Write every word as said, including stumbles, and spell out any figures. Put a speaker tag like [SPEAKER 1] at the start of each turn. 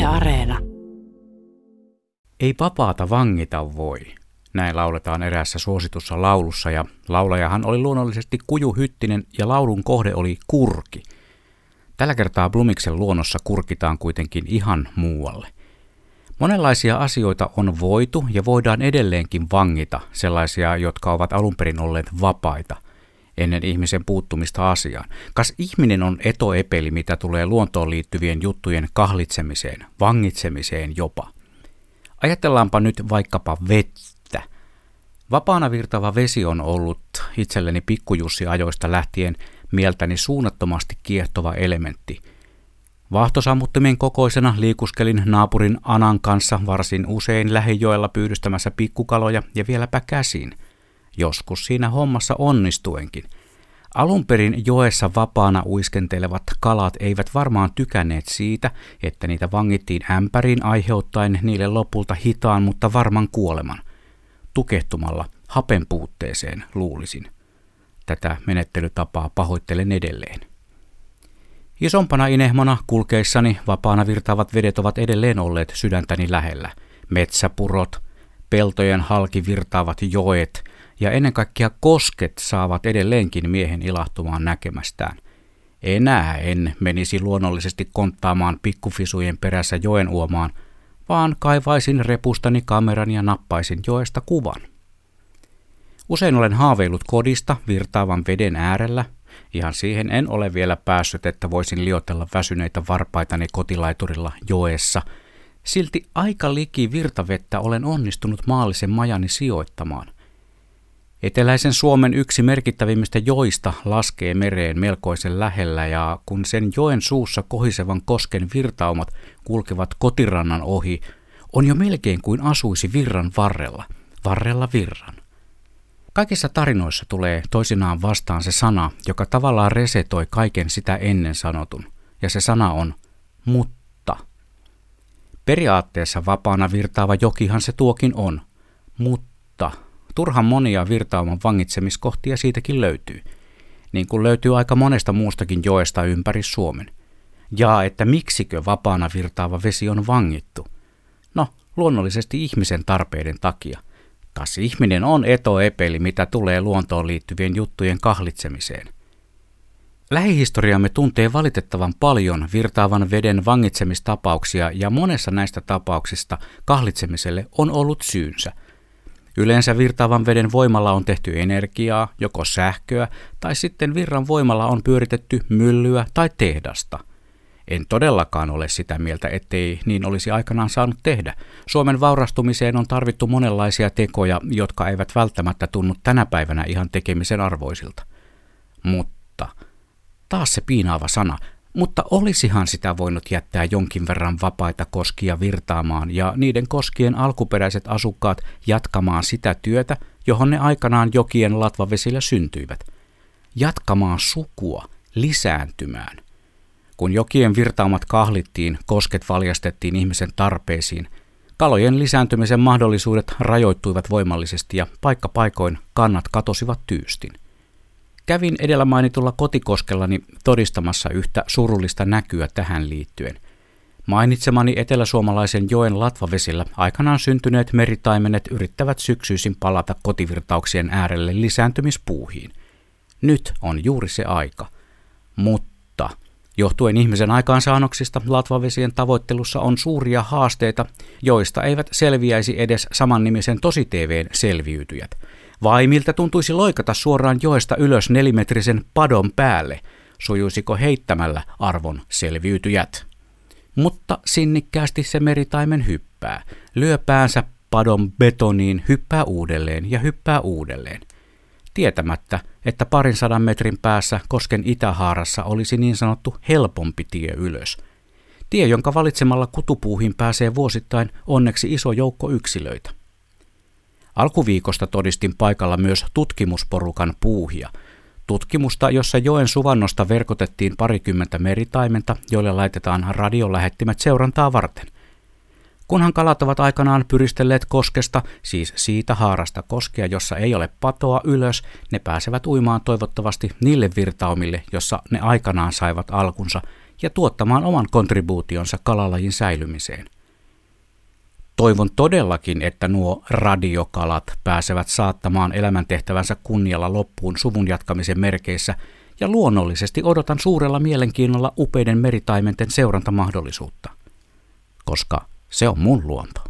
[SPEAKER 1] Areena.
[SPEAKER 2] Ei vapaata vangita voi. Näin lauletaan eräässä suositussa laulussa, ja laulajahan oli luonnollisesti Kuju Hyttinen ja laulun kohde oli kurki. Tällä kertaa Blumiksen luonnossa kurkitaan kuitenkin ihan muualle. Monenlaisia asioita on voitu ja voidaan edelleenkin vangita, sellaisia, jotka ovat alun perin olleet vapaita ennen ihmisen puuttumista asiaan. Kas ihminen on etoepeli, mitä tulee luontoon liittyvien juttujen kahlitsemiseen, vangitsemiseen jopa. Ajatellaanpa nyt vaikkapa vettä. Vapaana virtaava vesi on ollut itselleni pikkujussi-ajoista lähtien mieltäni suunnattomasti kiehtova elementti. Vaahtosammuttimien kokoisena liikuskelin naapurin Anan kanssa varsin usein lähijoella pyydystämässä pikkukaloja ja vieläpä käsin. Joskus siinä hommassa onnistuenkin. Alun perin joessa vapaana uiskentelevat kalat eivät varmaan tykänneet siitä, että niitä vangittiin ämpäriin aiheuttaen niille lopulta hitaan, mutta varman kuoleman. Tukehtumalla hapen puutteeseen luulisin. Tätä menettelytapaa pahoittelen edelleen. Isompana inehmona kulkeissani vapaana virtaavat vedet ovat edelleen olleet sydäntäni lähellä. Metsäpurot, peltojen halki virtaavat joet ja ennen kaikkea kosket saavat edelleenkin miehen ilahtumaan näkemästään. Enää en menisi luonnollisesti konttaamaan pikkufisujen perässä joen uomaan, vaan kaivaisin repustani kameran ja nappaisin joesta kuvan. Usein olen haaveillut kodista virtaavan veden äärellä. Ihan siihen en ole vielä päässyt, että voisin liotella väsyneitä varpaitani kotilaiturilla joessa. Silti aika liki virtavettä olen onnistunut maallisen majani sijoittamaan. Eteläisen Suomen yksi merkittävimmistä joista laskee mereen melkoisen lähellä, ja kun sen joen suussa kohisevan kosken virtaumat kulkevat kotirannan ohi, on jo melkein kuin asuisi virran varrella, varrella virran. Kaikissa tarinoissa tulee toisinaan vastaan se sana, joka tavallaan resetoi kaiken sitä ennen sanotun, ja se sana on mutta. Periaatteessa vapaana virtaava jokihan se tuokin on, mutta turhan monia virtauman vangitsemiskohtia siitäkin löytyy, niin kuin löytyy aika monesta muustakin joesta ympäri Suomen. Ja että miksikö vapaana virtaava vesi on vangittu? No, luonnollisesti ihmisen tarpeiden takia. Kas ihminen on etoepeli, mitä tulee luontoon liittyvien juttujen kahlitsemiseen. Lähihistoriamme tuntee valitettavan paljon virtaavan veden vangitsemistapauksia, ja monessa näistä tapauksista kahlitsemiselle on ollut syynsä. Yleensä virtaavan veden voimalla on tehty energiaa, joko sähköä, tai sitten virran voimalla on pyöritetty myllyä tai tehdasta. En todellakaan ole sitä mieltä, ettei niin olisi aikanaan saanut tehdä. Suomen vaurastumiseen on tarvittu monenlaisia tekoja, jotka eivät välttämättä tunnu tänä päivänä ihan tekemisen arvoisilta. Mutta, taas se piinaava sana, mutta olisihan sitä voinut jättää jonkin verran vapaita koskia virtaamaan ja niiden koskien alkuperäiset asukkaat jatkamaan sitä työtä, johon ne aikanaan jokien latvavesillä syntyivät. Jatkamaan sukua, lisääntymään. Kun jokien virtaumat kahlittiin, kosket valjastettiin ihmisen tarpeisiin, kalojen lisääntymisen mahdollisuudet rajoittuivat voimallisesti ja paikkapaikoin kannat katosivat tyystin. Kävin edellä mainitulla kotikoskellani todistamassa yhtä surullista näkyä tähän liittyen. Mainitsemani eteläsuomalaisen joen latvavesillä aikanaan syntyneet meritaimenet yrittävät syksyisin palata kotivirtauksien äärelle lisääntymispuuhiin. Nyt on juuri se aika. Mutta johtuen ihmisen aikaansaannoksista latvavesien tavoittelussa on suuria haasteita, joista eivät selviäisi edes samannimisen tosi-T V:n selviytyjät. Vai miltä tuntuisi loikata suoraan joesta ylös nelimetrisen padon päälle? Sujuisiko heittämällä arvon selviytyjät? Mutta sinnikkäästi se meritaimen hyppää. Lyö päänsä padon betoniin, hyppää uudelleen ja hyppää uudelleen. Tietämättä, että parin sadan metrin päässä kosken itähaarassa olisi niin sanottu helpompi tie ylös. Tie, jonka valitsemalla kutupuuhin pääsee vuosittain onneksi iso joukko yksilöitä. Alkuviikosta todistin paikalla myös tutkimusporukan puuhia. Tutkimusta, jossa joen suvannosta verkotettiin parikymmentä meritaimenta, joille laitetaan radiolähettimet seurantaa varten. Kunhan kalat ovat aikanaan pyristelleet koskesta, siis siitä haarasta koskea, jossa ei ole patoa ylös, ne pääsevät uimaan toivottavasti niille virtaumille, jossa ne aikanaan saivat alkunsa, ja tuottamaan oman kontribuutionsa kalalajin säilymiseen. Toivon todellakin, että nuo radiokalat pääsevät saattamaan elämäntehtävänsä kunnialla loppuun suvun jatkamisen merkeissä, ja luonnollisesti odotan suurella mielenkiinnolla upeiden meritaimenten seurantamahdollisuutta, koska se on mun luonto.